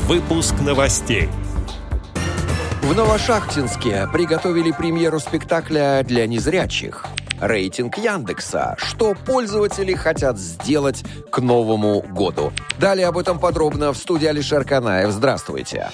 Выпуск новостей. В Новошахтинске приготовили премьеру спектакля для незрячих. Рейтинг Яндекса. Что пользователи хотят сделать к Новому году. Далее об этом подробно в студии Алишер Канаев. Здравствуйте.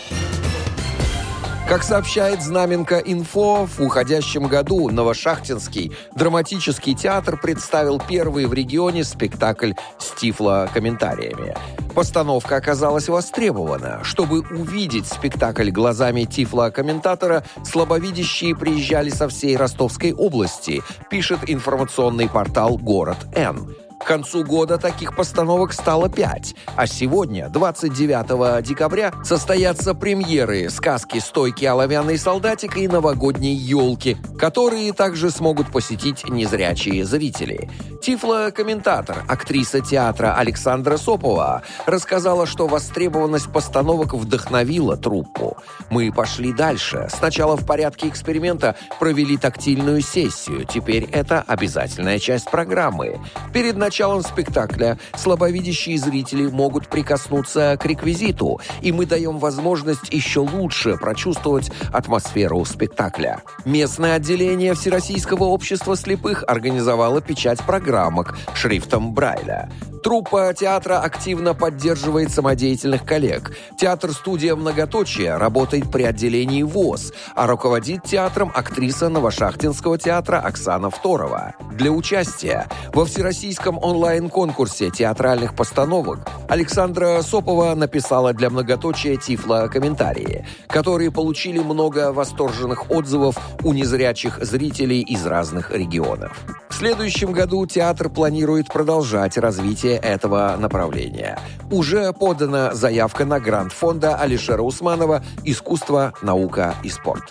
Как сообщает Знаменка.Инфо, в уходящем году Новошахтинский драматический театр представил первый в регионе спектакль с тифлокомментариями. Постановка оказалась востребована. Чтобы увидеть спектакль глазами тифлокомментатора, слабовидящие приезжали со всей Ростовской области, пишет информационный портал «Город Н». К концу года таких постановок стало 5, а сегодня, 29 декабря, состоятся премьеры сказки «Стойкий оловянный солдатик» и «Новогодней елки», которые также смогут посетить незрячие зрители. Тифлокомментатор, актриса театра Александра Сопова, рассказала, что востребованность постановок вдохновила труппу. «Мы пошли дальше. Сначала в порядке эксперимента провели тактильную сессию. Теперь это обязательная часть программы. Перед началом спектакля слабовидящие зрители могут прикоснуться к реквизиту, и мы даем возможность еще лучше прочувствовать атмосферу спектакля». Местное отделение Всероссийского общества слепых организовало печать программок шрифтом Брайля. Труппа театра активно поддерживает самодеятельных коллег. Театр-студия «Многоточие» работает при отделении ВОС, а руководит театром актриса Новошахтинского театра Оксана Второва. Для участия во всероссийском онлайн-конкурсе театральных постановок Александра Сопова написала для «Многоточия» тифлокомментарии, которые получили много восторженных отзывов у незрячих зрителей из разных регионов. В следующем году театр планирует продолжать развитие этого направления. Уже подана заявка на грант фонда Алишера Усманова «Искусство, наука и спорт».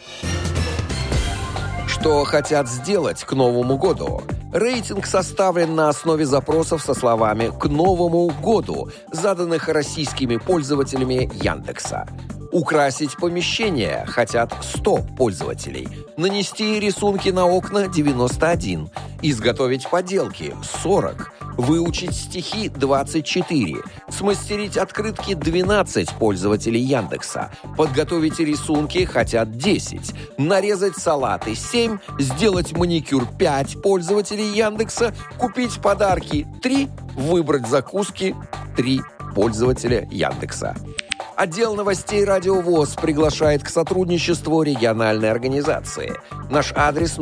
Что хотят сделать к Новому году? Рейтинг составлен на основе запросов со словами «к Новому году», заданных российскими пользователями Яндекса. Украсить помещение хотят 100 пользователей. Нанести рисунки на окна 91. Изготовить поделки 40. Выучить стихи 24. Смастерить открытки 12 пользователей Яндекса. Подготовить рисунки хотят 10. Нарезать салаты 7. Сделать маникюр 5 пользователей Яндекса. Купить подарки 3. Выбрать закуски 3 пользователя Яндекса. Отдел новостей «Радио ВОС» приглашает к сотрудничеству региональной организации. Наш адрес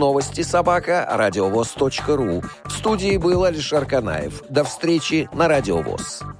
новости@радиовос.ру. В студии был Алишер Канаев. До встречи на «Радио ВОС».